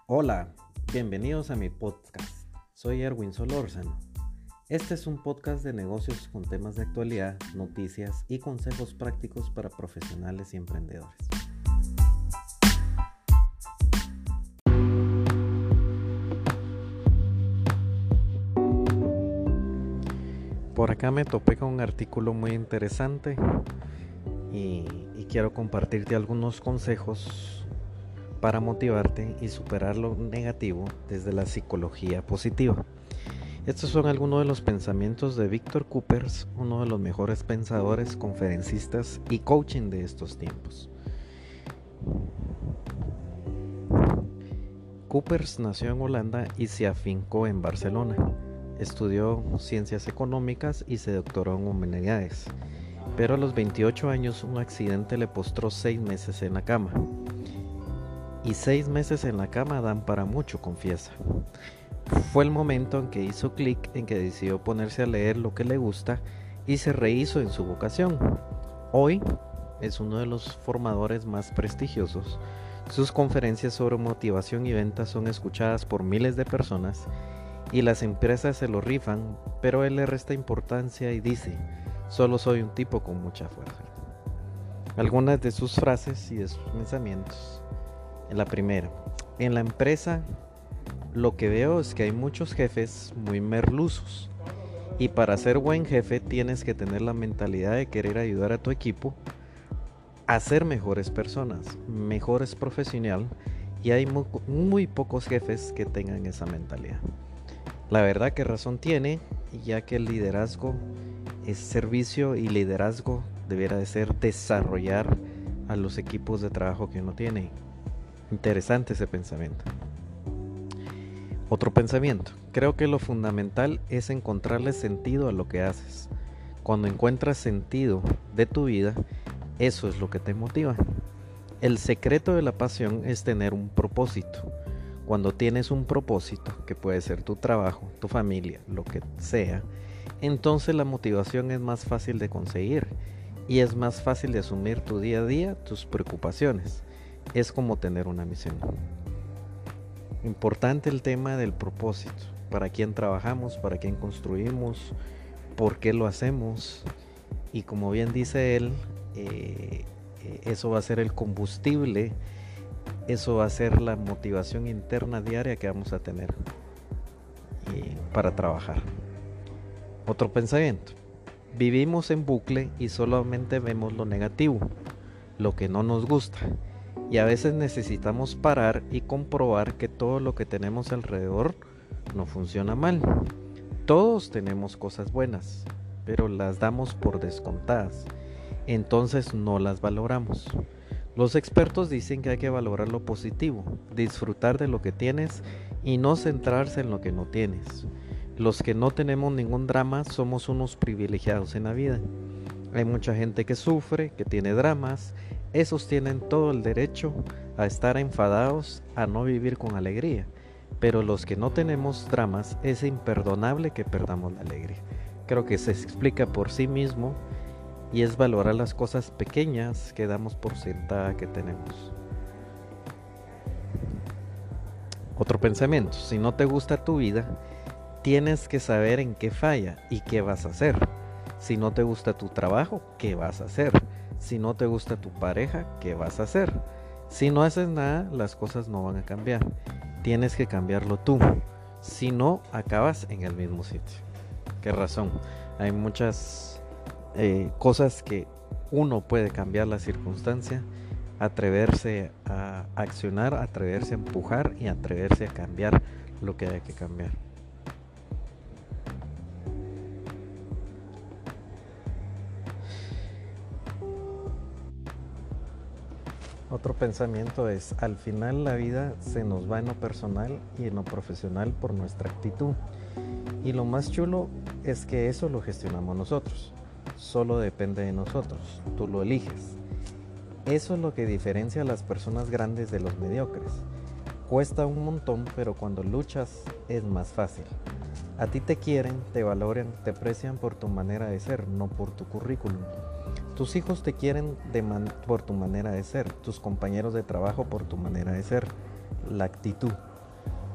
Hola, bienvenidos a mi podcast. Soy Erwin Solórzano. Este es un podcast de negocios con temas de actualidad, noticias y consejos prácticos para profesionales y emprendedores. Por acá me topé con un artículo muy interesante y quiero compartirte algunos consejos para motivarte y superar lo negativo desde la psicología positiva. Estos son algunos de los pensamientos de Víctor Coopers, uno de los mejores pensadores, conferencistas y coaching de estos tiempos. Coopers nació en Holanda y se afincó en Barcelona. Estudió ciencias económicas y se doctoró en humanidades. Pero a los 28 años un accidente le postró 6 meses en la cama. Y 6 meses en la cama dan para mucho, confiesa. Fue el momento en que hizo clic, en que decidió ponerse a leer lo que le gusta y se rehizo en su vocación. Hoy es uno de los formadores más prestigiosos. Sus conferencias sobre motivación y ventas son escuchadas por miles de personas y las empresas se lo rifan, pero él le resta importancia y dice: solo soy un tipo con mucha fuerza. Algunas de sus frases y de sus pensamientos. En la primera: en la empresa lo que veo es que hay muchos jefes muy merluzos, y para ser buen jefe tienes que tener la mentalidad de querer ayudar a tu equipo a ser mejores personas, mejores profesionales, y hay muy pocos jefes que tengan esa mentalidad. La verdad que razón tiene, ya que el liderazgo es servicio y liderazgo debiera de ser desarrollar a los equipos de trabajo que uno tiene. Interesante ese pensamiento. Otro pensamiento: creo que lo fundamental es encontrarle sentido a lo que haces. Cuando encuentras sentido de tu vida, eso es lo que te motiva. El secreto de la pasión es tener un propósito. Cuando tienes un propósito, que puede ser tu trabajo, tu familia, lo que sea, entonces la motivación es más fácil de conseguir y es más fácil de asumir tu día a día, tus preocupaciones. Es como tener una misión. Importante el tema del propósito. ¿Para quién trabajamos? ¿Para quién construimos? ¿Por qué lo hacemos? Y como bien dice él, eso va a ser el combustible, eso va a ser la motivación interna diaria que vamos a tener para trabajar. Otro pensamiento: vivimos en bucle y solamente vemos lo negativo, lo que no nos gusta. Y a veces necesitamos parar y comprobar que todo lo que tenemos alrededor no funciona mal. Todos tenemos cosas buenas, pero las damos por descontadas. Entonces no las valoramos. Los expertos dicen que hay que valorar lo positivo, disfrutar de lo que tienes y no centrarse en lo que no tienes. Los que no tenemos ningún drama somos unos privilegiados en la vida. Hay mucha gente que sufre, que tiene dramas. Esos tienen todo el derecho a estar enfadados, a no vivir con alegría. Pero los que no tenemos dramas, es imperdonable que perdamos la alegría. Creo que se explica por sí mismo y es valorar las cosas pequeñas que damos por sentada que tenemos. Otro pensamiento: si no te gusta tu vida, tienes que saber en qué falla y qué vas a hacer. Si no te gusta tu trabajo, ¿qué vas a hacer? Si no te gusta tu pareja, ¿qué vas a hacer? Si no haces nada, las cosas no van a cambiar. Tienes que cambiarlo tú. Si no, acabas en el mismo sitio. ¿Qué razón? Hay muchas cosas que uno puede cambiar la circunstancia, atreverse a accionar, atreverse a empujar y atreverse a cambiar lo que hay que cambiar. Otro pensamiento es: al final la vida se nos va en lo personal y en lo profesional por nuestra actitud. Y lo más chulo es que eso lo gestionamos nosotros. Solo depende de nosotros. Tú lo eliges. Eso es lo que diferencia a las personas grandes de los mediocres. Cuesta un montón, pero cuando luchas es más fácil. A ti te quieren, te valoran, te aprecian por tu manera de ser, no por tu currículum. Tus hijos te quieren por tu manera de ser, tus compañeros de trabajo por tu manera de ser, la actitud.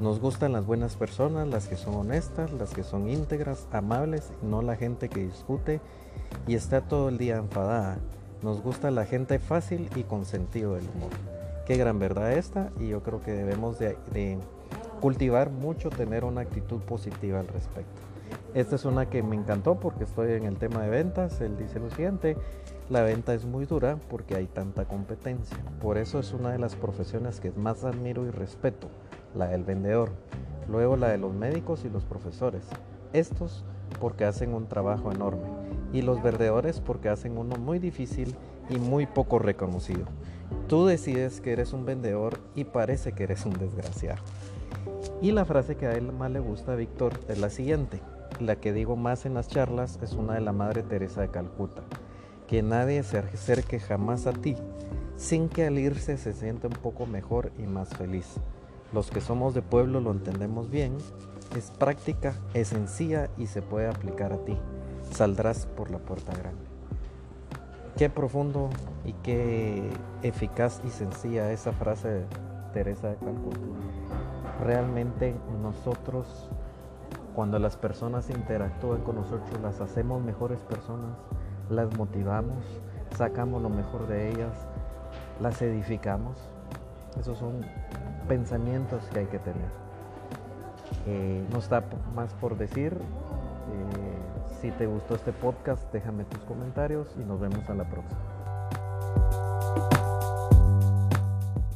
Nos gustan las buenas personas, las que son honestas, las que son íntegras, amables, no la gente que discute y está todo el día enfadada. Nos gusta la gente fácil y con sentido del humor. Qué gran verdad esta, y yo creo que debemos de cultivar mucho, tener una actitud positiva al respecto. Esta es una que me encantó porque estoy en el tema de ventas. Él dice lo siguiente: la venta es muy dura porque hay tanta competencia. Por eso es una de las profesiones que más admiro y respeto, la del vendedor. Luego la de los médicos y los profesores. Estos porque hacen un trabajo enorme. Y los vendedores porque hacen uno muy difícil y muy poco reconocido. Tú decides que eres un vendedor y parece que eres un desgraciado. Y la frase que a él más le gusta, Víctor, es la siguiente. La que digo más en las charlas es una de la Madre Teresa de Calcuta: que nadie se acerque jamás a ti sin que al irse se sienta un poco mejor y más feliz. Los que somos de pueblo lo entendemos bien. Es práctica, es sencilla y se puede aplicar a ti. Saldrás por la puerta grande. Qué profundo y qué eficaz y sencilla esa frase de Teresa de Calcuta. Realmente nosotros, cuando las personas interactúan con nosotros, las hacemos mejores personas, las motivamos, sacamos lo mejor de ellas, las edificamos. Esos son pensamientos que hay que tener. No está más por decir. Si te gustó este podcast, déjame tus comentarios y nos vemos a la próxima.